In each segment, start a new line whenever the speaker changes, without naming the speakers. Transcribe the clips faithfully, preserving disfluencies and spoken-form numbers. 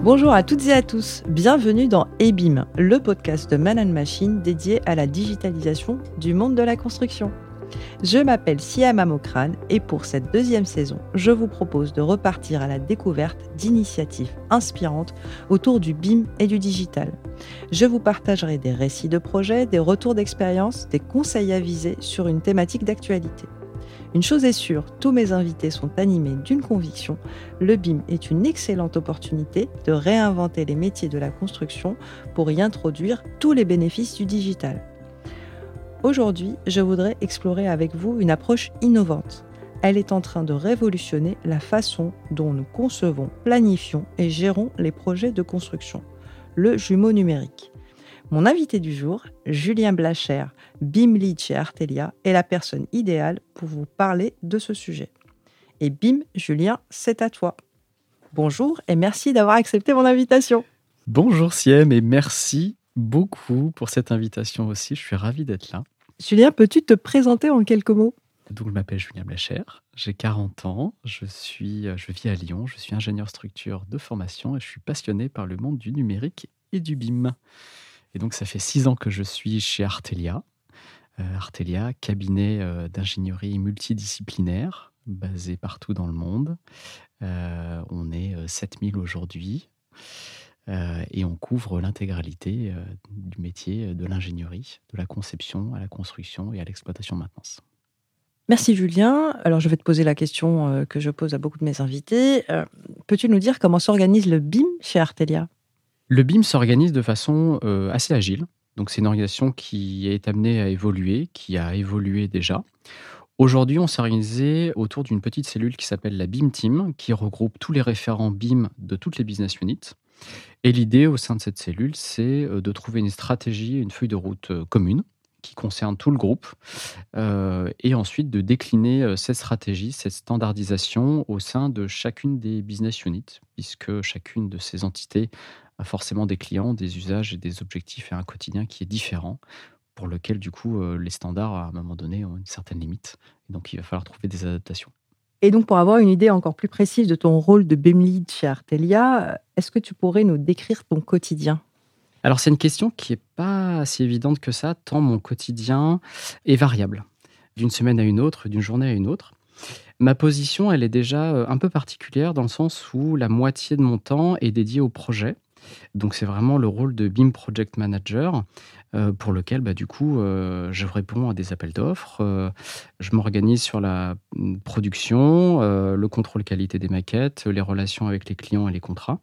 Bonjour à toutes et à tous, bienvenue dans E B I M, le podcast de Man and Machine dédié à la digitalisation du monde de la construction. Je m'appelle Siam Mokrane et pour cette deuxième saison, je vous propose de repartir à la découverte d'initiatives inspirantes autour du B I M et du digital. Je vous partagerai des récits de projets, des retours d'expérience, des conseils avisés sur une thématique d'actualité. Une chose est sûre, tous mes invités sont animés d'une conviction, le B I M est une excellente opportunité de réinventer les métiers de la construction pour y introduire tous les bénéfices du digital. Aujourd'hui, je voudrais explorer avec vous une approche innovante. Elle est en train de révolutionner la façon dont nous concevons, planifions et gérons les projets de construction, le jumeau numérique. Mon invité du jour, Julien Blacher, B I M Lead chez Artelia, est la personne idéale pour vous parler de ce sujet. Et bim, Julien, c'est à toi. Bonjour et merci d'avoir accepté mon invitation.
Bonjour Siem et merci beaucoup pour cette invitation aussi. Je suis ravi d'être là.
Julien, peux-tu te présenter en quelques mots ?
Donc, je m'appelle Julien Blacher, j'ai quarante ans, je, suis, je vis à Lyon, je suis ingénieur structure de formation et je suis passionné par le monde du numérique et du B I M. Et donc, ça fait six ans que je suis chez Artelia. Euh, Artelia, cabinet euh, d'ingénierie multidisciplinaire, basé partout dans le monde. Euh, on est euh, sept mille aujourd'hui euh, et on couvre l'intégralité euh, du métier de l'ingénierie, de la conception à la construction et à l'exploitation maintenance.
Merci Julien. Alors, je vais te poser la question euh, que je pose à beaucoup de mes invités. Euh, peux-tu nous dire comment s'organise le B I M chez Artelia ?
Le B I M s'organise de façon euh, assez agile. Donc, c'est une organisation qui est amenée à évoluer, qui a évolué déjà. Aujourd'hui, on s'est organisé autour d'une petite cellule qui s'appelle la B I M Team, qui regroupe tous les référents B I M de toutes les business units. Et l'idée au sein de cette cellule, c'est de trouver une stratégie, une feuille de route commune qui concerne tout le groupe, euh, et ensuite de décliner euh, cette stratégie, cette standardisation au sein de chacune des business units, puisque chacune de ces entités a forcément des clients, des usages et des objectifs et un quotidien qui est différent, pour lequel du coup euh, les standards à un moment donné ont une certaine limite, et donc il va falloir trouver des adaptations.
Et donc, pour avoir une idée encore plus précise de ton rôle de B I M Lead chez Artelia, est-ce que tu pourrais nous décrire ton quotidien ?
Alors, c'est une question qui n'est pas si évidente que ça, tant mon quotidien est variable, d'une semaine à une autre, d'une journée à une autre. Ma position, elle est déjà un peu particulière dans le sens où la moitié de mon temps est dédié au projet. Donc, c'est vraiment le rôle de B I M Project Manager euh, pour lequel, bah, du coup, euh, je réponds à des appels d'offres. Euh, je m'organise sur la production, euh, le contrôle qualité des maquettes, les relations avec les clients et les contrats.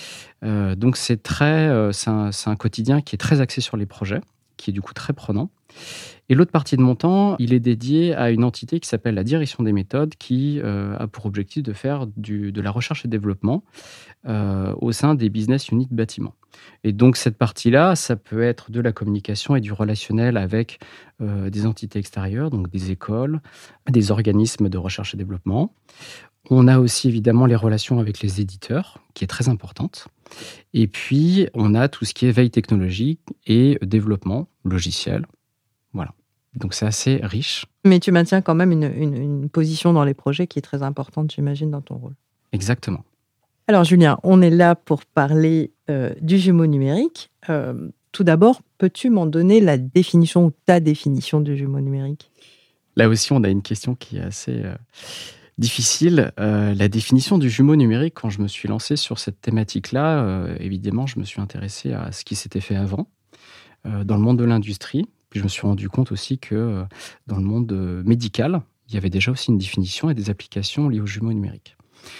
Euh, donc c'est très, euh, c'est un, c'est un quotidien qui est très axé sur les projets, qui est du coup très prenant. Et l'autre partie de mon temps, il est dédié à une entité qui s'appelle la direction des méthodes, qui euh, a pour objectif de faire du, de la recherche et développement euh, au sein des business units bâtiments. Et donc cette partie-là, ça peut être de la communication et du relationnel avec euh, des entités extérieures, donc des écoles, des organismes de recherche et développement. On a aussi évidemment les relations avec les éditeurs, qui est très importante. Et puis, on a tout ce qui est veille technologique et développement logiciel. Voilà. Donc, c'est assez riche.
Mais tu maintiens quand même une, une, une position dans les projets qui est très importante, j'imagine, dans ton rôle.
Exactement.
Alors, Julien, on est là pour parler euh, du jumeau numérique. Euh, tout d'abord, peux-tu m'en donner la définition ou ta définition du jumeau numérique ?
Là aussi, on a une question qui est assez... Euh... difficile. Euh, la définition du jumeau numérique, quand je me suis lancé sur cette thématique-là, euh, évidemment, je me suis intéressé à ce qui s'était fait avant, euh, dans le monde de l'industrie. Puis je me suis rendu compte aussi que euh, dans le monde euh, médical, il y avait déjà aussi une définition et des applications liées au jumeau numérique.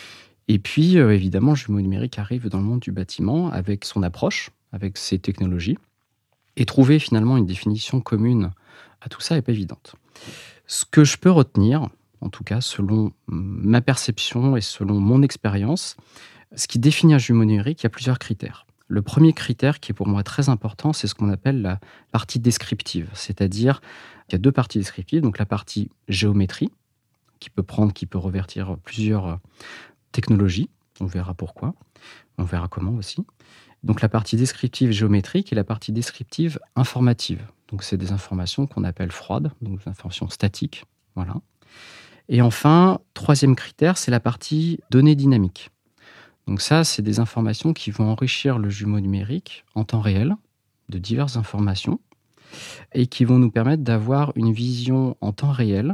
Et puis, euh, évidemment, le jumeau numérique arrive dans le monde du bâtiment avec son approche, avec ses technologies. Et trouver finalement une définition commune à tout ça n'est pas évidente. Ce que je peux retenir, en tout cas selon ma perception et selon mon expérience, ce qui définit un jumeau numérique, il y a plusieurs critères. Le premier critère qui est pour moi très important, c'est ce qu'on appelle la partie descriptive. C'est-à-dire qu'il y a deux parties descriptives. Donc la partie géométrie, qui peut prendre, qui peut revertir plusieurs technologies. On verra pourquoi. On verra comment aussi. Donc la partie descriptive géométrique et la partie descriptive informative. Donc c'est des informations qu'on appelle froides, donc des informations statiques. Voilà. Et enfin, troisième critère, c'est la partie données dynamiques. Donc ça, c'est des informations qui vont enrichir le jumeau numérique en temps réel de diverses informations et qui vont nous permettre d'avoir une vision en temps réel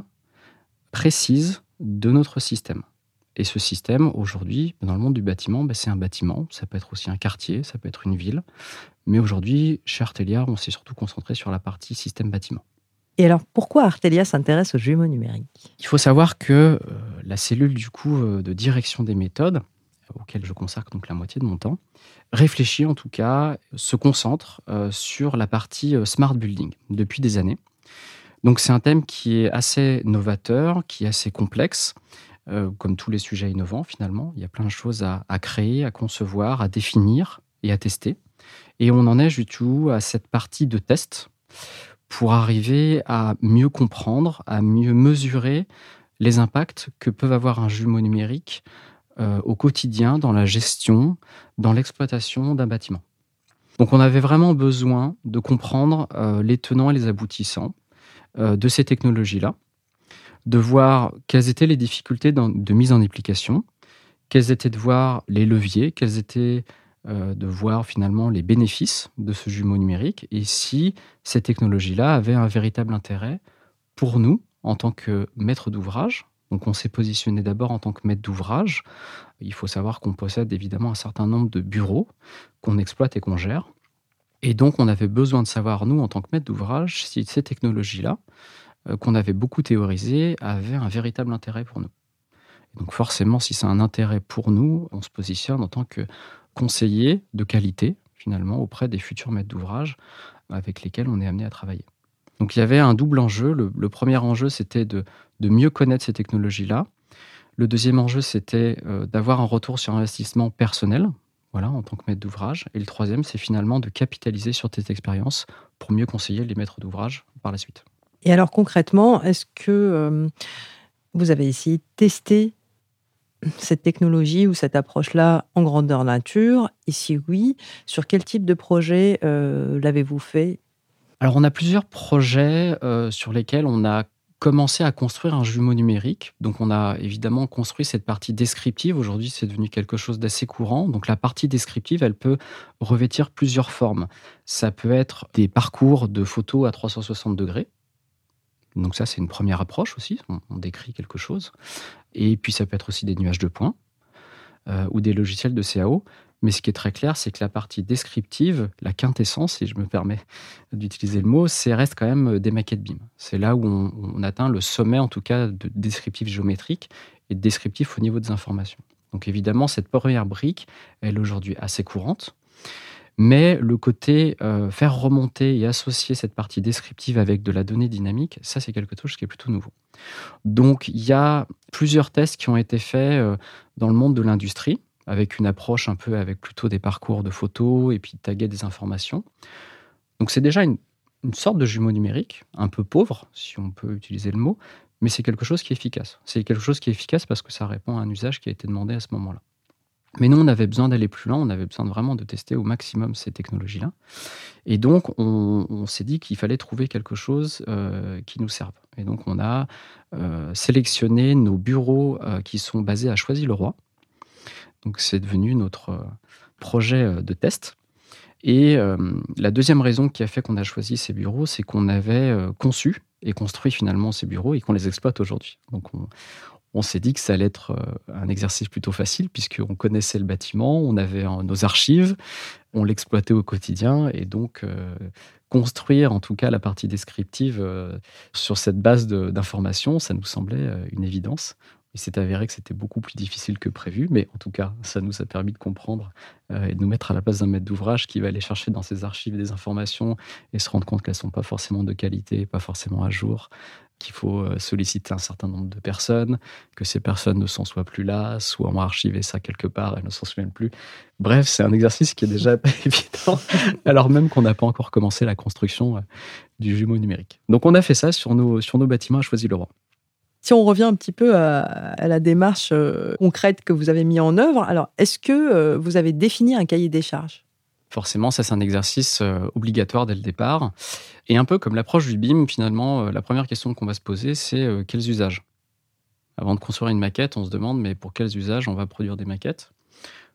précise de notre système. Et ce système, aujourd'hui, dans le monde du bâtiment, ben c'est un bâtiment. Ça peut être aussi un quartier, ça peut être une ville. Mais aujourd'hui, chez Artelia, on s'est surtout concentré sur la partie système bâtiment.
Et alors, pourquoi Artelia s'intéresse aux jumeaux numériques ?
Il faut savoir que euh, la cellule du coup euh, de direction des méthodes, auquel je consacre donc la moitié de mon temps, réfléchit en tout cas, se concentre euh, sur la partie euh, smart building depuis des années. Donc c'est un thème qui est assez novateur, qui est assez complexe, euh, comme tous les sujets innovants finalement. Il y a plein de choses à, à créer, à concevoir, à définir et à tester. Et on en est du tout à cette partie de test pour arriver à mieux comprendre, à mieux mesurer les impacts que peuvent avoir un jumeau numérique euh, au quotidien, dans la gestion, dans l'exploitation d'un bâtiment. Donc on avait vraiment besoin de comprendre euh, les tenants et les aboutissants euh, de ces technologies-là, de voir quelles étaient les difficultés dans, de mise en application, quels étaient de voir les leviers, quels étaient euh, de voir finalement les bénéfices de ce jumeau numérique et si ces technologies-là avaient un véritable intérêt pour nous en tant que maître d'ouvrage. Donc on s'est positionné d'abord en tant que maître d'ouvrage. Il faut savoir qu'on possède évidemment un certain nombre de bureaux qu'on exploite et qu'on gère. Et donc on avait besoin de savoir, nous, en tant que maître d'ouvrage, si ces technologies-là, euh, qu'on avait beaucoup théorisées, avaient un véritable intérêt pour nous. Et donc forcément, si c'est un intérêt pour nous, on se positionne en tant que conseiller de qualité, finalement, auprès des futurs maîtres d'ouvrage avec lesquels on est amené à travailler. Donc il y avait un double enjeu. Le, le premier enjeu, c'était de, de mieux connaître ces technologies-là. Le deuxième enjeu, c'était euh, d'avoir un retour sur investissement personnel, voilà, en tant que maître d'ouvrage. Et le troisième, c'est finalement de capitaliser sur cette expérience pour mieux conseiller les maîtres d'ouvrage par la suite.
Et alors concrètement, est-ce que euh, vous avez essayé de tester cette technologie ou cette approche-là en grandeur nature ? Et si oui, sur quel type de projet euh, l'avez-vous fait ?
Alors, on a plusieurs projets euh, sur lesquels on a commencé à construire un jumeau numérique. Donc, on a évidemment construit cette partie descriptive. Aujourd'hui, c'est devenu quelque chose d'assez courant. Donc, la partie descriptive, elle peut revêtir plusieurs formes. Ça peut être des parcours de photos à trois cent soixante degrés. Donc ça, c'est une première approche aussi. On, on décrit quelque chose. Et puis, ça peut être aussi des nuages de points euh, ou des logiciels de C A O. Mais ce qui est très clair, c'est que la partie descriptive, la quintessence, si je me permets d'utiliser le mot, c'est reste quand même des maquettes B I M. C'est là où on, on atteint le sommet, en tout cas, de descriptif géométrique et de descriptif au niveau des informations. Donc évidemment, cette première brique, elle est aujourd'hui assez courante. Mais le côté euh, faire remonter et associer cette partie descriptive avec de la donnée dynamique, ça, c'est quelque chose qui est plutôt nouveau. Donc, il y a plusieurs tests qui ont été faits euh, dans le monde de l'industrie, avec une approche un peu avec plutôt des parcours de photos et puis de taguer des informations. Donc, c'est déjà une, une sorte de jumeau numérique, un peu pauvre, si on peut utiliser le mot, mais c'est quelque chose qui est efficace. C'est quelque chose qui est efficace parce que ça répond à un usage qui a été demandé à ce moment-là. Mais nous, on avait besoin d'aller plus loin, on avait besoin de vraiment de tester au maximum ces technologies-là. Et donc, on, on s'est dit qu'il fallait trouver quelque chose euh, qui nous serve. Et donc, on a euh, sélectionné nos bureaux euh, qui sont basés à Choisy-le-Roi. Donc, c'est devenu notre euh, projet de test. Et euh, la deuxième raison qui a fait qu'on a choisi ces bureaux, c'est qu'on avait euh, conçu et construit finalement ces bureaux et qu'on les exploite aujourd'hui. Donc, on... On s'est dit que ça allait être un exercice plutôt facile puisqu'on connaissait le bâtiment, on avait nos archives, on l'exploitait au quotidien et donc euh, construire en tout cas la partie descriptive euh, sur cette base de, d'informations, ça nous semblait euh, une évidence. Il s'est avéré que c'était beaucoup plus difficile que prévu, mais en tout cas, ça nous a permis de comprendre euh, et de nous mettre à la place d'un maître d'ouvrage qui va aller chercher dans ses archives des informations et se rendre compte qu'elles ne sont pas forcément de qualité, pas forcément à jour, qu'il faut solliciter un certain nombre de personnes, que ces personnes ne s'en soient plus là, soit ont archivé ça quelque part, elles ne s'en souviennent plus. Bref, c'est un exercice qui est déjà pas évident, alors même qu'on n'a pas encore commencé la construction du jumeau numérique. Donc on a fait ça sur nos, sur nos bâtiments à Choisy-le-Roi.
Si on revient un petit peu à, à la démarche euh, concrète que vous avez mis en œuvre, alors est-ce que euh, vous avez défini un cahier des charges ?
Forcément, ça, c'est un exercice euh, obligatoire dès le départ. Et un peu comme l'approche du B I M, finalement, euh, la première question qu'on va se poser, c'est euh, quels usages ? Avant de construire une maquette, on se demande, mais pour quels usages on va produire des maquettes ?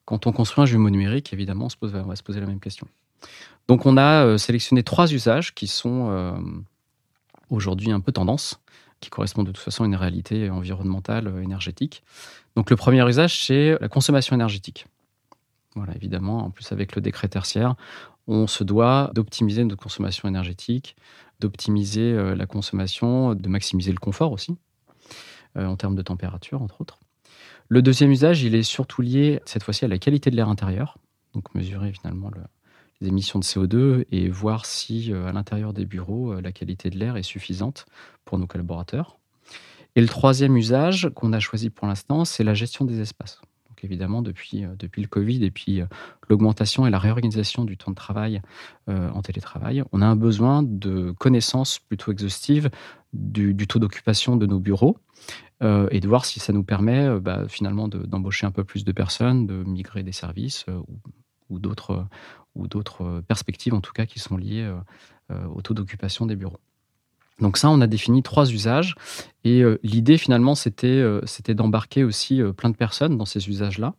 Quand on construit un jumeau numérique, évidemment, on, se pose, on va se poser la même question. Donc, on a euh, sélectionné trois usages qui sont euh, aujourd'hui un peu tendance, qui correspondent de toute façon à une réalité environnementale, euh, énergétique. Donc, le premier usage, c'est la consommation énergétique. Voilà, évidemment, en plus avec le décret tertiaire, on se doit d'optimiser notre consommation énergétique, d'optimiser euh, la consommation, de maximiser le confort aussi, euh, en termes de température, entre autres. Le deuxième usage, il est surtout lié, cette fois-ci, à la qualité de l'air intérieur. Donc, mesurer finalement le, les émissions de C O deux et voir si, euh, à l'intérieur des bureaux, euh, la qualité de l'air est suffisante pour nos collaborateurs. Et le troisième usage qu'on a choisi pour l'instant, c'est la gestion des espaces. Donc, évidemment, depuis, euh, depuis le Covid et puis euh, l'augmentation et la réorganisation du temps de travail euh, en télétravail, on a un besoin de connaissances plutôt exhaustives du, du taux d'occupation de nos bureaux. Euh, et de voir si ça nous permet euh, bah, finalement de, d'embaucher un peu plus de personnes, de migrer des services euh, ou, ou, d'autres, euh, ou d'autres euh, perspectives en tout cas qui sont liées euh, euh, au taux d'occupation des bureaux. Donc ça, on a défini trois usages et euh, l'idée finalement c'était, euh, c'était d'embarquer aussi euh, plein de personnes dans ces usages-là.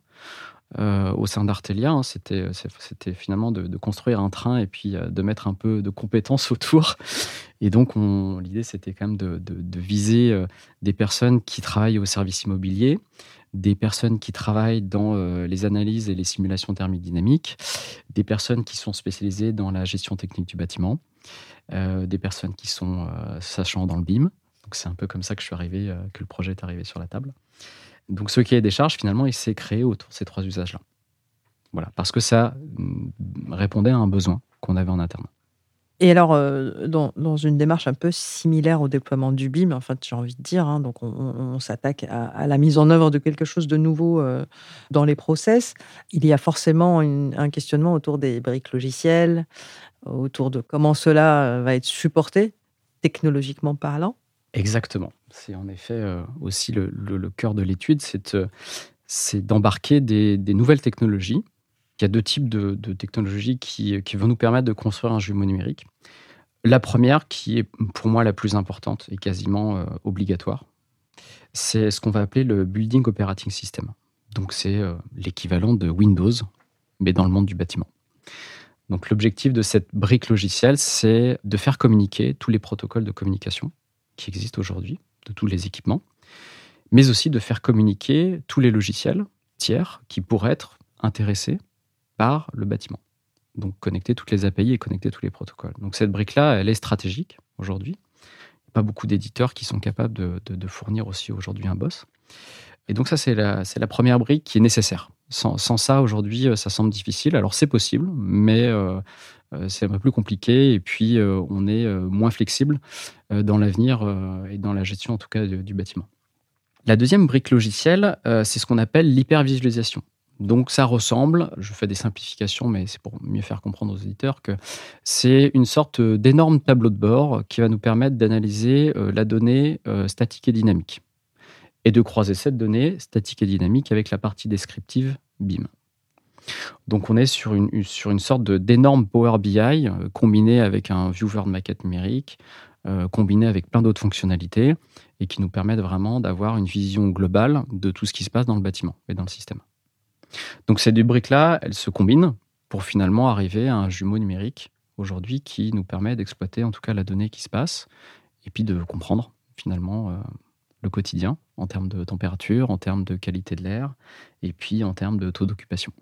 Euh, au sein d'Artelia, hein, c'était, c'était finalement de, de construire un train et puis euh, de mettre un peu de compétences autour. Et donc, on, l'idée, c'était quand même de, de, de viser euh, des personnes qui travaillent au service immobilier, des personnes qui travaillent dans euh, les analyses et les simulations thermiques dynamiques, des personnes qui sont spécialisées dans la gestion technique du bâtiment, euh, des personnes qui sont euh, sachant dans le B I M. Donc, c'est un peu comme ça que je suis arrivé, euh, que le projet est arrivé sur la table. Donc, ce cahier des charges, finalement, il s'est créé autour de ces trois usages-là. Voilà, parce que ça répondait à un besoin qu'on avait en interne.
Et alors, euh, dans, dans une démarche un peu similaire au déploiement du B I M, en fait, j'ai envie de dire, hein, donc on, on, on s'attaque à, à la mise en œuvre de quelque chose de nouveau euh, dans les process. Il y a forcément une, un questionnement autour des briques logicielles, autour de comment cela va être supporté, technologiquement parlant.
Exactement. C'est en effet euh, aussi le, le, le cœur de l'étude, c'est, de, c'est d'embarquer des, des nouvelles technologies. Il y a deux types de, de technologies qui, qui vont nous permettre de construire un jumeau numérique. La première, qui est pour moi la plus importante et quasiment euh, obligatoire, c'est ce qu'on va appeler le Building Operating System. Donc c'est euh, l'équivalent de Windows, mais dans le monde du bâtiment. Donc l'objectif de cette brique logicielle, c'est de faire communiquer tous les protocoles de communication qui existent aujourd'hui, de tous les équipements, mais aussi de faire communiquer tous les logiciels tiers qui pourraient être intéressés par le bâtiment. Donc connecter toutes les A P I et connecter tous les protocoles. Donc cette brique-là, elle est stratégique aujourd'hui. Il n'y a pas beaucoup d'éditeurs qui sont capables de, de, de fournir aussi aujourd'hui un B O S. Et donc ça, c'est la, c'est la première brique qui est nécessaire. Sans, sans ça, aujourd'hui, ça semble difficile. Alors c'est possible, mais euh, c'est un peu plus compliqué. Et puis, euh, on est euh, moins flexible euh, dans l'avenir euh, et dans la gestion, en tout cas, du, du bâtiment. La deuxième brique logicielle, euh, c'est ce qu'on appelle l'hypervisualisation. Donc ça ressemble, je fais des simplifications, mais c'est pour mieux faire comprendre aux auditeurs que c'est une sorte d'énorme tableau de bord qui va nous permettre d'analyser euh, la donnée euh, statique et dynamique et de croiser cette donnée statique et dynamique avec la partie descriptive B I M. Donc on est sur une, sur une sorte de, d'énorme Power B I euh, combiné avec un viewer de maquette numérique, euh, combiné avec plein d'autres fonctionnalités et qui nous permettent vraiment d'avoir une vision globale de tout ce qui se passe dans le bâtiment et dans le système. Donc ces deux briques-là, elles se combinent pour finalement arriver à un jumeau numérique aujourd'hui qui nous permet d'exploiter en tout cas la donnée qui se passe et puis de comprendre finalement euh, le quotidien en termes de température, en termes de qualité de l'air et puis en termes de taux d'occupation.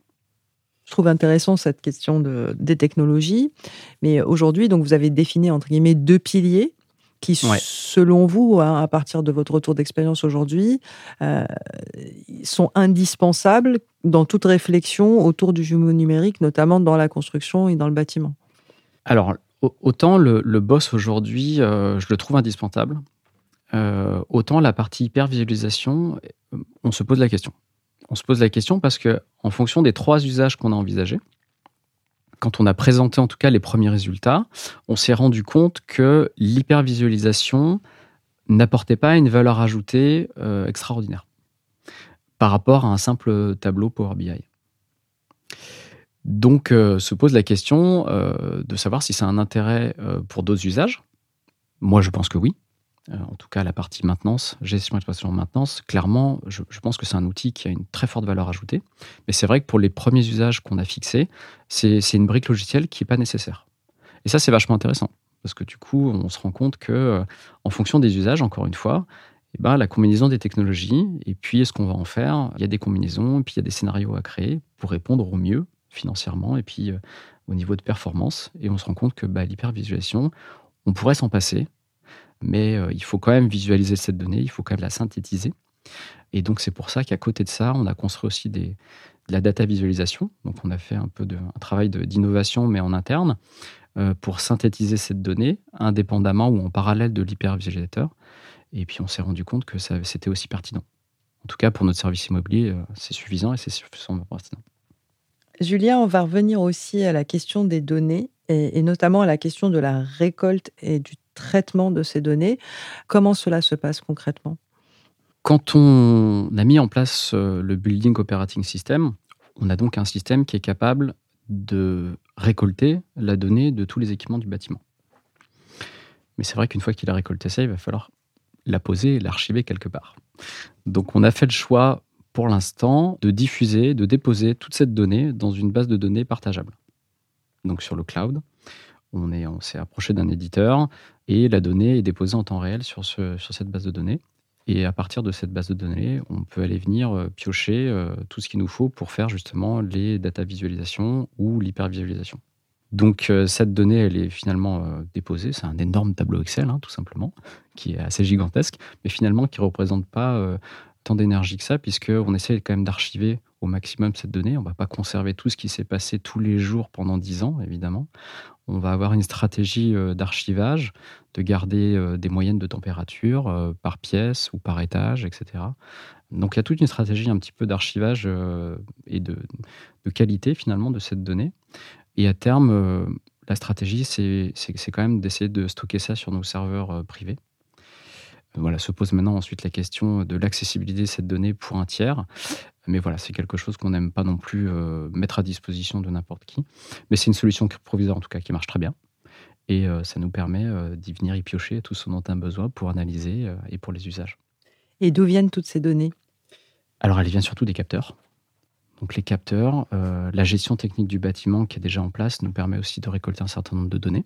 Je trouve intéressant cette question de, des technologies, mais aujourd'hui, donc vous avez défini entre guillemets deux piliers qui, ouais. selon vous, hein, à partir de votre retour d'expérience aujourd'hui, euh, sont indispensables dans toute réflexion autour du jumeau numérique, notamment dans la construction et dans le bâtiment.
Alors, autant le, le B O S aujourd'hui, euh, je le trouve indispensable, euh, autant la partie hypervisualisation, on se pose la question. On se pose la question parce que, en fonction des trois usages qu'on a envisagés, quand on a présenté en tout cas les premiers résultats, on s'est rendu compte que l'hypervisualisation n'apportait pas une valeur ajoutée euh, extraordinaire par rapport à un simple tableau Power B I. Donc euh, se pose la question euh, de savoir si c'est un intérêt euh, pour d'autres usages. Moi, je pense que oui. euh, en tout cas la partie maintenance, gestion, exploitation, maintenance, clairement, je, je pense que c'est un outil qui a une très forte valeur ajoutée. Mais c'est vrai que pour les premiers usages qu'on a fixés, c'est, c'est une brique logicielle qui n'est pas nécessaire. Et ça, c'est vachement intéressant. Parce que du coup, on se rend compte que, euh, en fonction des usages, encore une fois, eh ben, la combinaison des technologies, et puis ce qu'on va en faire, il y a des combinaisons, et puis il y a des scénarios à créer pour répondre au mieux financièrement, et puis euh, au niveau de performance. Et on se rend compte que bah, l'hypervisualisation, on pourrait s'en passer, mais euh, il faut quand même visualiser cette donnée, il faut quand même la synthétiser. Et donc, c'est pour ça qu'à côté de ça, on a construit aussi des, de la data visualisation. Donc, on a fait un peu de, un travail de, d'innovation, mais en interne, euh, pour synthétiser cette donnée, indépendamment ou en parallèle de l'hypervisualisateur. Et puis, on s'est rendu compte que ça, c'était aussi pertinent. En tout cas, pour notre service immobilier, euh, c'est suffisant et c'est suffisamment pertinent.
Julien, on va revenir aussi à la question des données et, et notamment à la question de la récolte et du traitement de ces données. Comment cela se passe concrètement ?
Quand on a mis en place euh, le Building Operating System, on a donc un système qui est capable de récolter la donnée de tous les équipements du bâtiment. Mais c'est vrai qu'une fois qu'il a récolté ça, il va falloir la poser et l'archiver quelque part. Donc on a fait le choix, pour l'instant, de diffuser, de déposer toute cette donnée dans une base de données partageable. Donc sur le cloud, on, est, on s'est approché d'un éditeur et la donnée est déposée en temps réel sur, ce, sur cette base de données. Et à partir de cette base de données, on peut aller venir piocher euh, tout ce qu'il nous faut pour faire justement les data visualisations ou l'hypervisualisation. Donc euh, cette donnée, elle est finalement euh, déposée. C'est un énorme tableau Excel, hein, tout simplement, qui est assez gigantesque, mais finalement qui ne représente pas euh, tant d'énergie que ça, puisqu'on essaie quand même d'archiver au maximum cette donnée. On ne va pas conserver tout ce qui s'est passé tous les jours pendant dix ans, évidemment. On va avoir une stratégie euh, d'archivage, de garder euh, des moyennes de température euh, par pièce ou par étage, et cetera. Donc il y a toute une stratégie un petit peu d'archivage euh, et de, de qualité finalement de cette donnée. Et à terme, euh, la stratégie, c'est, c'est, c'est quand même d'essayer de stocker ça sur nos serveurs euh, privés. Voilà, se pose maintenant ensuite la question de l'accessibilité de cette donnée pour un tiers. Mais voilà, c'est quelque chose qu'on n'aime pas non plus euh, mettre à disposition de n'importe qui. Mais c'est une solution provisoire, en tout cas, qui marche très bien. Et euh, ça nous permet euh, d'y venir y piocher tout ce dont on a besoin pour analyser euh, et pour les usages.
Et d'où viennent toutes ces données ?
Alors, elles viennent surtout des capteurs. Donc les capteurs, euh, la gestion technique du bâtiment qui est déjà en place nous permet aussi de récolter un certain nombre de données.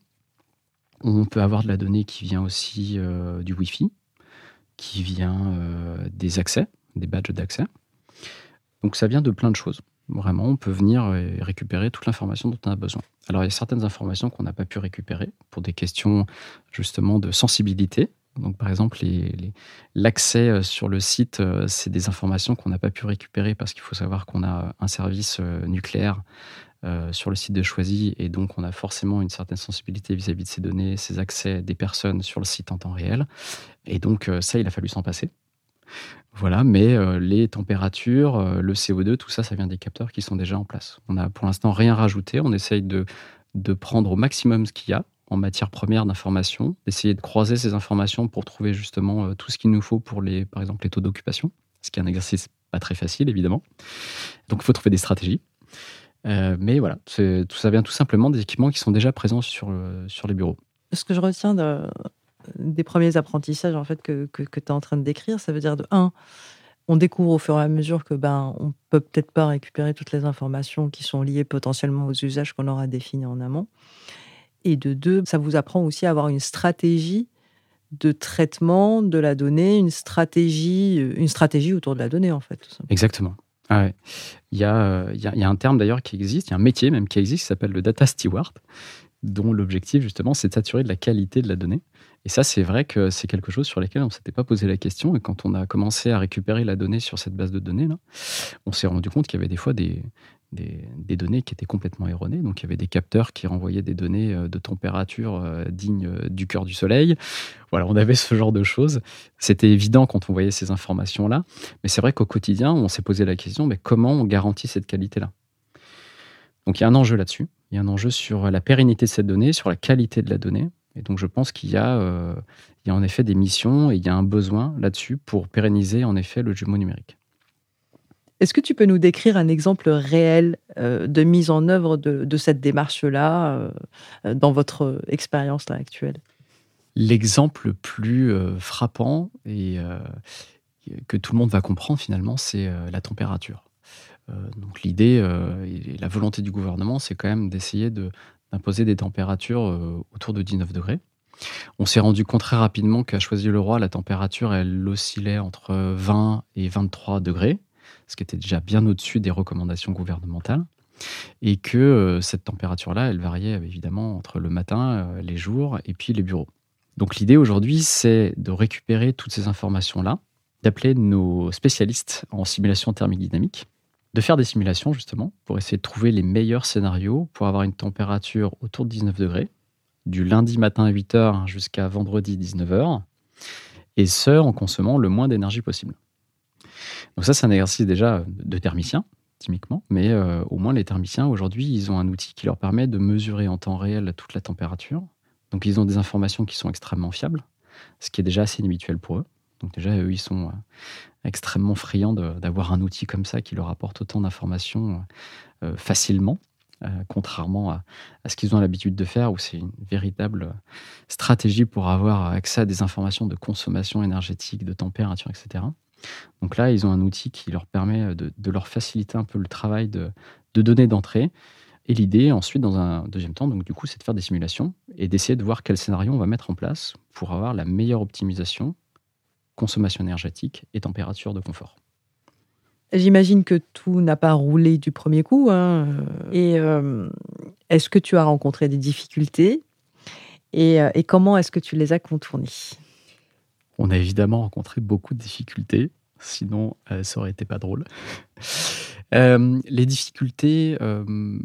On peut avoir de la donnée qui vient aussi euh, du Wi-Fi, qui vient euh, des accès, des badges d'accès. Donc ça vient de plein de choses. Vraiment, on peut venir et récupérer toute l'information dont on a besoin. Alors il y a certaines informations qu'on n'a pas pu récupérer pour des questions justement de sensibilité. Donc, par exemple, les, les, l'accès sur le site, euh, c'est des informations qu'on n'a pas pu récupérer parce qu'il faut savoir qu'on a un service euh, nucléaire euh, sur le site de Choisy et donc on a forcément une certaine sensibilité vis-à-vis de ces données, ces accès des personnes sur le site en temps réel. Et donc, euh, ça, il a fallu s'en passer. Voilà, mais euh, les températures, euh, le C O deux, tout ça, ça vient des capteurs qui sont déjà en place. On n'a pour l'instant rien rajouté. On essaye de, de prendre au maximum ce qu'il y a en matière première d'information, d'essayer de croiser ces informations pour trouver justement euh, tout ce qu'il nous faut pour, les, par exemple, les taux d'occupation, ce qui est un exercice pas très facile, évidemment. Donc, il faut trouver des stratégies. Euh, mais voilà, c'est, tout ça vient tout simplement des équipements qui sont déjà présents sur, euh, sur les bureaux.
Ce que je retiens de, des premiers apprentissages en fait, que, que, que tu es en train de décrire, ça veut dire de un, on découvre au fur et à mesure que ben, on peut peut-être pas récupérer toutes les informations qui sont liées potentiellement aux usages qu'on aura définis en amont. Et de deux, ça vous apprend aussi à avoir une stratégie de traitement de la donnée, une stratégie, une stratégie autour de la donnée, en fait. Tout simplement.
Exactement. Ah ouais. Il y a, euh, il y a, il y a un terme d'ailleurs qui existe, il y a un métier même qui existe qui s'appelle le data steward, dont l'objectif justement c'est de s'assurer de la qualité de la donnée. Et ça, c'est vrai que c'est quelque chose sur lequel on ne s'était pas posé la question. Et quand on a commencé à récupérer la donnée sur cette base de données, là, on s'est rendu compte qu'il y avait des fois des, des, des données qui étaient complètement erronées. Donc, il y avait des capteurs qui renvoyaient des données de température euh, dignes du cœur du soleil. Voilà, on avait ce genre de choses. C'était évident quand on voyait ces informations-là. Mais c'est vrai qu'au quotidien, on s'est posé la question, mais comment on garantit cette qualité-là ? Donc, il y a un enjeu là-dessus. Il y a un enjeu sur la pérennité de cette donnée, sur la qualité de la donnée. Et donc, je pense qu'il y a, euh, il y a en effet des missions et il y a un besoin là-dessus pour pérenniser en effet le jumeau numérique.
Est-ce que tu peux nous décrire un exemple réel euh, de mise en œuvre de, de cette démarche-là euh, dans votre expérience là, actuelle ?
L'exemple le plus euh, frappant et euh, que tout le monde va comprendre finalement, c'est euh, la température. Euh, donc l'idée euh, et la volonté du gouvernement, c'est quand même d'essayer de, d'imposer des températures euh, autour de dix-neuf degrés. On s'est rendu compte très rapidement qu'à Choisy-le-Roi, la température, elle oscillait entre vingt et vingt-trois degrés, ce qui était déjà bien au-dessus des recommandations gouvernementales. Et que euh, cette température-là, elle variait euh, évidemment entre le matin, euh, les jours et puis les bureaux. Donc l'idée aujourd'hui, c'est de récupérer toutes ces informations-là, d'appeler nos spécialistes en simulation thermique dynamique, de faire des simulations justement pour essayer de trouver les meilleurs scénarios pour avoir une température autour de dix-neuf degrés, du lundi matin à huit heures jusqu'à vendredi dix-neuf heures, et ce, en consommant le moins d'énergie possible. Donc ça, c'est un exercice déjà de thermicien, typiquement, mais euh, au moins les thermiciens, aujourd'hui, ils ont un outil qui leur permet de mesurer en temps réel toute la température. Donc ils ont des informations qui sont extrêmement fiables, ce qui est déjà assez inhabituel pour eux. Donc déjà, eux, ils sont euh, extrêmement friands de, d'avoir un outil comme ça qui leur apporte autant d'informations euh, facilement. Euh, contrairement à, à ce qu'ils ont l'habitude de faire, où c'est une véritable stratégie pour avoir accès à des informations de consommation énergétique, de température, et cetera. Donc là, ils ont un outil qui leur permet de, de leur faciliter un peu le travail de, de données d'entrée. Et l'idée, ensuite, dans un deuxième temps, donc du coup, c'est de faire des simulations et d'essayer de voir quel scénario on va mettre en place pour avoir la meilleure optimisation, consommation énergétique et température de confort.
J'imagine que tout n'a pas roulé du premier coup. Hein. Et euh, est-ce que tu as rencontré des difficultés et, euh, et comment est-ce que tu les as contournées ?
On a évidemment rencontré beaucoup de difficultés, sinon euh, ça aurait été pas drôle. euh, les difficultés, euh,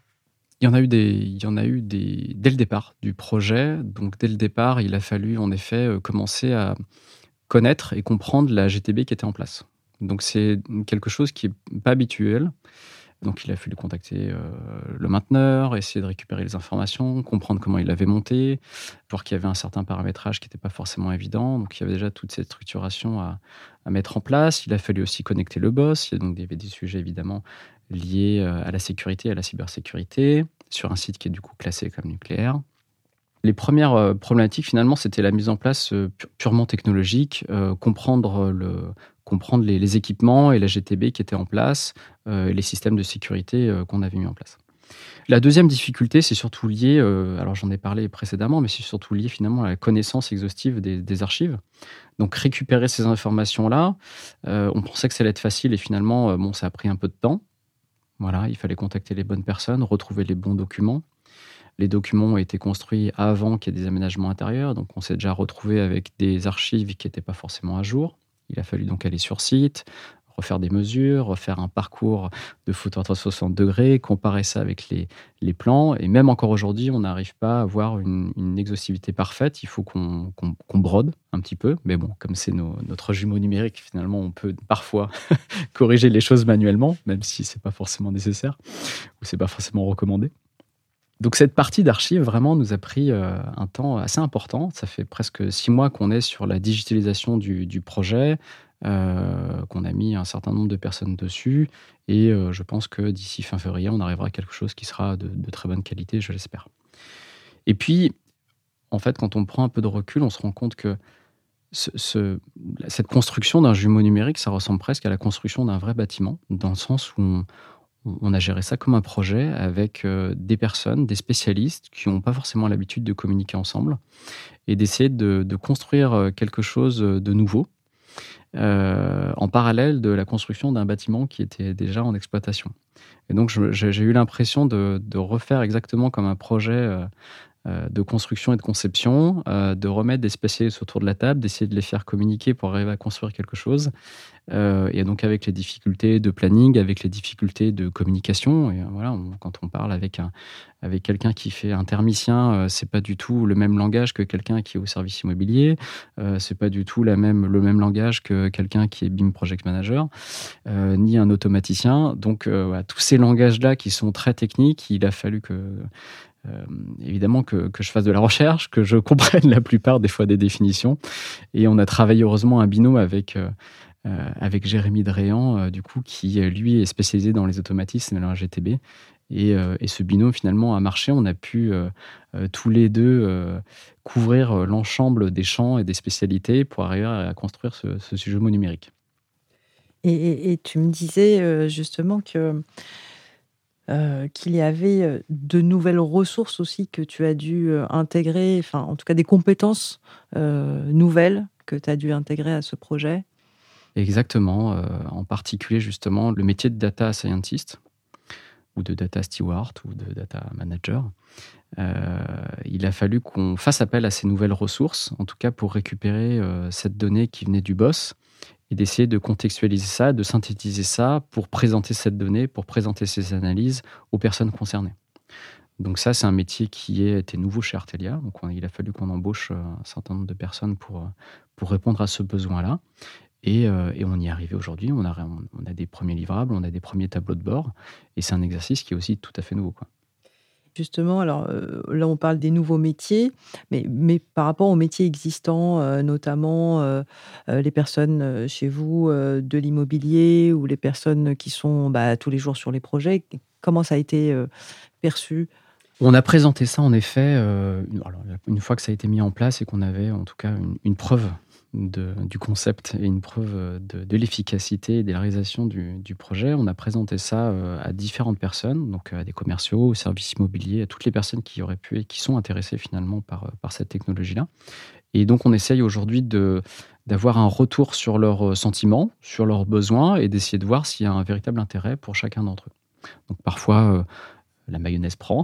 il y en a eu des, il y en a eu des dès le départ du projet. Donc dès le départ, il a fallu en effet commencer à connaître et comprendre la G T B qui était en place. Donc c'est quelque chose qui n'est pas habituel. Donc il a fallu contacter euh, le mainteneur, essayer de récupérer les informations, comprendre comment il l'avait monté, voir qu'il y avait un certain paramétrage qui n'était pas forcément évident. Donc il y avait déjà toute cette structuration à, à mettre en place. Il a fallu aussi connecter le boss. Il y a donc il y avait des sujets évidemment liés à la sécurité, à la cybersécurité, sur un site qui est du coup classé comme nucléaire. Les premières euh, problématiques, finalement, c'était la mise en place euh, pu- purement technologique, euh, comprendre, le, comprendre les, les équipements et la G T B qui étaient en place, euh, et les systèmes de sécurité euh, qu'on avait mis en place. La deuxième difficulté, c'est surtout lié, euh, alors j'en ai parlé précédemment, mais c'est surtout lié finalement à la connaissance exhaustive des, des archives. Donc récupérer ces informations-là, euh, on pensait que ça allait être facile et finalement, euh, bon, ça a pris un peu de temps. Voilà, il fallait contacter les bonnes personnes, retrouver les bons documents. Les documents ont été construits avant qu'il y ait des aménagements intérieurs, donc on s'est déjà retrouvé avec des archives qui n'étaient pas forcément à jour. Il a fallu donc aller sur site, refaire des mesures, refaire un parcours de photo à trois cent soixante degrés, comparer ça avec les, les plans. Et même encore aujourd'hui, on n'arrive pas à avoir une, une exhaustivité parfaite. Il faut qu'on, qu'on, qu'on brode un petit peu. Mais bon, comme c'est nos, notre jumeau numérique, finalement, on peut parfois corriger les choses manuellement, même si ce n'est pas forcément nécessaire ou ce n'est pas forcément recommandé. Donc cette partie d'archives, vraiment, nous a pris euh, un temps assez important. Ça fait presque six mois qu'on est sur la digitalisation du, du projet, euh, qu'on a mis un certain nombre de personnes dessus. Et euh, je pense que d'ici fin février, on arrivera à quelque chose qui sera de, de très bonne qualité, je l'espère. Et puis, en fait, quand on prend un peu de recul, on se rend compte que ce, ce, cette construction d'un jumeau numérique, ça ressemble presque à la construction d'un vrai bâtiment, dans le sens où on, on a géré ça comme un projet avec euh, des personnes, des spécialistes qui n'ont pas forcément l'habitude de communiquer ensemble et d'essayer de, de construire quelque chose de nouveau euh, en parallèle de la construction d'un bâtiment qui était déjà en exploitation. Et donc, je, j'ai, j'ai eu l'impression de, de refaire exactement comme un projet euh, de construction et de conception, euh, de remettre des spécialistes autour de la table, d'essayer de les faire communiquer pour arriver à construire quelque chose. Euh, et donc avec les difficultés de planning, avec les difficultés de communication, et euh, voilà, on, quand on parle avec un, avec quelqu'un qui fait un thermicien, euh, c'est pas du tout le même langage que quelqu'un qui est au service immobilier, euh, c'est pas du tout la même, le même langage que quelqu'un qui est B I M Project Manager, euh, ni un automaticien. Donc euh, voilà, tous ces langages-là qui sont très techniques, il a fallu que Euh, évidemment que, que je fasse de la recherche, que je comprenne la plupart des fois des définitions. Et on a travaillé heureusement un binôme avec, euh, avec Jérémy Dréan, euh, du coup, qui lui est spécialisé dans les automatismes et la G T B. Et, euh, et ce binôme finalement a marché. On a pu euh, euh, tous les deux euh, couvrir euh, l'ensemble des champs et des spécialités pour arriver à, à construire ce, ce jumeau numérique.
Et, et- et tu me disais euh, justement que euh, qu'il y avait euh, de nouvelles ressources aussi que tu as dû euh, intégrer, enfin en tout cas des compétences euh, nouvelles que tu as dû intégrer à ce projet.
Exactement, euh, en particulier justement le métier de data scientist ou de data steward ou de data manager. Euh, il a fallu qu'on fasse appel à ces nouvelles ressources, en tout cas pour récupérer euh, cette donnée qui venait du boss et d'essayer de contextualiser ça, de synthétiser ça pour présenter cette donnée, pour présenter ces analyses aux personnes concernées. Donc ça, c'est un métier qui était nouveau chez Artelia. Donc on- il a fallu qu'on embauche euh, un certain nombre de personnes pour, euh, pour répondre à ce besoin-là. Et, euh, et on y est arrivé aujourd'hui. On a, on a des premiers livrables, on a des premiers tableaux de bord. Et c'est un exercice qui est aussi tout à fait nouveau, quoi.
Justement, alors euh, là, on parle des nouveaux métiers, mais, mais par rapport aux métiers existants, euh, notamment euh, euh, les personnes euh, chez vous euh, de l'immobilier ou les personnes qui sont bah, tous les jours sur les projets, comment ça a été euh, perçu?
On a présenté ça en effet, euh, une, alors, une fois que ça a été mis en place et qu'on avait en tout cas une, une preuve de, du concept et une preuve de, de l'efficacité et de la réalisation du, du projet, on a présenté ça euh, à différentes personnes, donc à des commerciaux, aux services immobiliers, à toutes les personnes qui auraient pu et qui sont intéressées finalement par, par cette technologie-là. Et donc on essaye aujourd'hui de, d'avoir un retour sur leurs sentiments, sur leurs besoins et d'essayer de voir s'il y a un véritable intérêt pour chacun d'entre eux. Donc parfois, euh, la mayonnaise prend.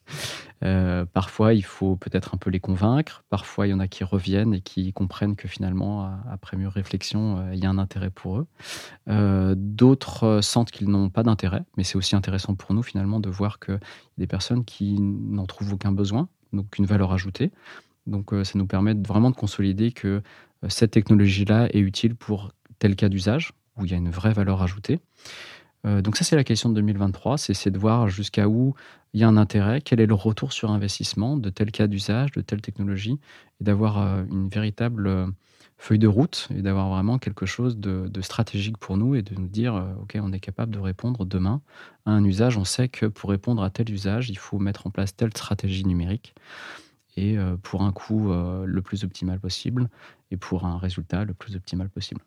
Euh, parfois, il faut peut-être un peu les convaincre. Parfois, il y en a qui reviennent et qui comprennent que finalement, après mûre réflexion, euh, il y a un intérêt pour eux. Euh, d'autres euh, sentent qu'ils n'ont pas d'intérêt, mais c'est aussi intéressant pour nous finalement de voir qu'il y a des personnes qui n'en trouvent aucun besoin, donc une valeur ajoutée. Donc, euh, ça nous permet de, vraiment de consolider que euh, cette technologie-là est utile pour tel cas d'usage où il y a une vraie valeur ajoutée. Euh, donc ça, c'est la question de deux mille vingt-trois, c'est, c'est de voir jusqu'à où il y a un intérêt, quel est le retour sur investissement de tel cas d'usage, de telle technologie, et d'avoir euh, une véritable euh, feuille de route, et d'avoir vraiment quelque chose de, de stratégique pour nous, et de nous dire, euh, OK, on est capable de répondre demain à un usage, on sait que pour répondre à tel usage, il faut mettre en place telle stratégie numérique, et euh, pour un coût euh, le plus optimal possible, et pour un résultat le plus optimal possible.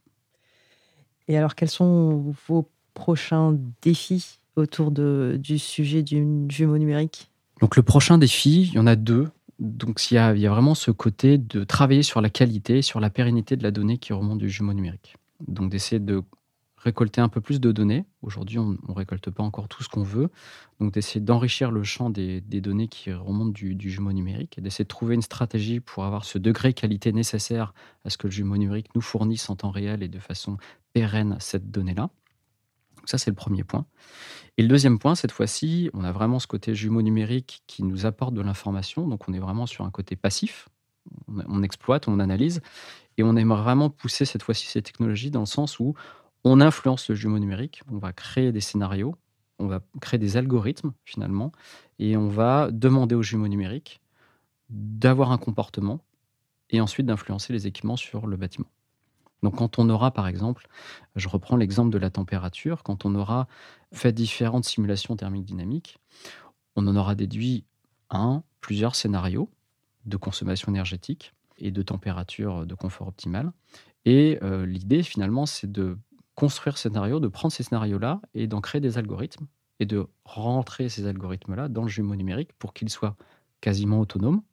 Et alors, quels sont vos prochains défis autour de, du sujet du jumeau numérique?
Donc le prochain défi, il y en a deux. Donc il y a, il y a vraiment ce côté de travailler sur la qualité, sur la pérennité de la donnée qui remonte du jumeau numérique. Donc d'essayer de récolter un peu plus de données. Aujourd'hui, on ne récolte pas encore tout ce qu'on veut. Donc d'essayer d'enrichir le champ des, des données qui remontent du, du jumeau numérique et d'essayer de trouver une stratégie pour avoir ce degré de qualité nécessaire à ce que le jumeau numérique nous fournisse en temps réel et de façon pérenne cette donnée-là. Donc ça, c'est le premier point. Et le deuxième point, cette fois-ci, on a vraiment ce côté jumeau numérique qui nous apporte de l'information. Donc, on est vraiment sur un côté passif. On, on exploite, on analyse. Et on aimerait vraiment pousser cette fois-ci ces technologies dans le sens où on influence le jumeau numérique. On va créer des scénarios. On va créer des algorithmes, finalement. Et on va demander au jumeau numérique d'avoir un comportement et ensuite d'influencer les équipements sur le bâtiment. Donc quand on aura, par exemple, je reprends l'exemple de la température, quand on aura fait différentes simulations thermiques dynamiques, on en aura déduit un, plusieurs scénarios de consommation énergétique et de température de confort optimal. Et euh, l'idée, finalement, c'est de construire ces scénarios, de prendre ces scénarios-là et d'en créer des algorithmes et de rentrer ces algorithmes-là dans le jumeau numérique pour qu'ils soient quasiment autonomes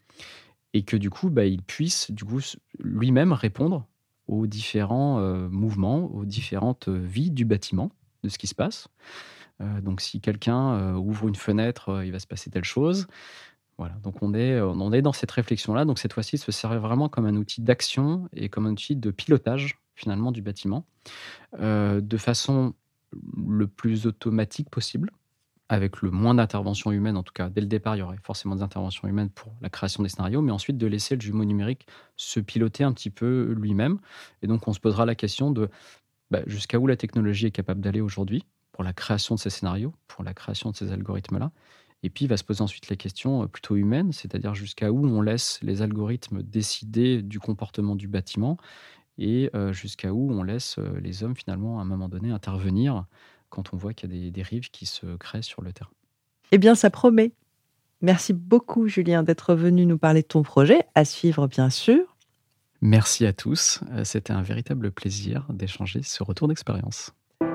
et que du coup, bah, il puisse du coup, lui-même répondre aux différents euh, mouvements, aux différentes euh, vies du bâtiment, de ce qui se passe. Euh, donc si quelqu'un euh, ouvre une fenêtre, euh, il va se passer telle chose. Voilà, donc on est, on est dans cette réflexion-là. Donc cette fois-ci, se servir vraiment comme un outil d'action et comme un outil de pilotage finalement du bâtiment, euh, de façon le plus automatique possible, avec le moins d'intervention humaine, en tout cas dès le départ, il y aurait forcément des interventions humaines pour la création des scénarios, mais ensuite de laisser le jumeau numérique se piloter un petit peu lui-même. Et donc on se posera la question de bah, jusqu'à où la technologie est capable d'aller aujourd'hui pour la création de ces scénarios, pour la création de ces algorithmes-là. Et puis il va se poser ensuite les questions euh, plutôt humaines, c'est-à-dire jusqu'à où on laisse les algorithmes décider du comportement du bâtiment et euh, jusqu'à où on laisse euh, les hommes finalement à un moment donné intervenir quand on voit qu'il y a des dérives qui se créent sur le terrain.
Eh bien, ça promet. Merci beaucoup, Julien, d'être venu nous parler de ton projet, à suivre bien sûr.
Merci à tous. Euh, C'était un véritable plaisir d'échanger ce retour d'expérience.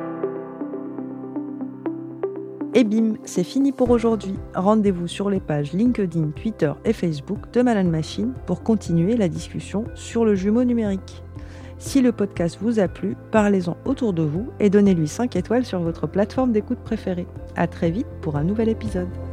Et bim, c'est fini pour aujourd'hui. Rendez-vous sur les pages LinkedIn, Twitter et Facebook de Man and Machine pour continuer la discussion sur le jumeau numérique. Si le podcast vous a plu, parlez-en autour de vous et donnez-lui cinq étoiles sur votre plateforme d'écoute préférée. À très vite pour un nouvel épisode.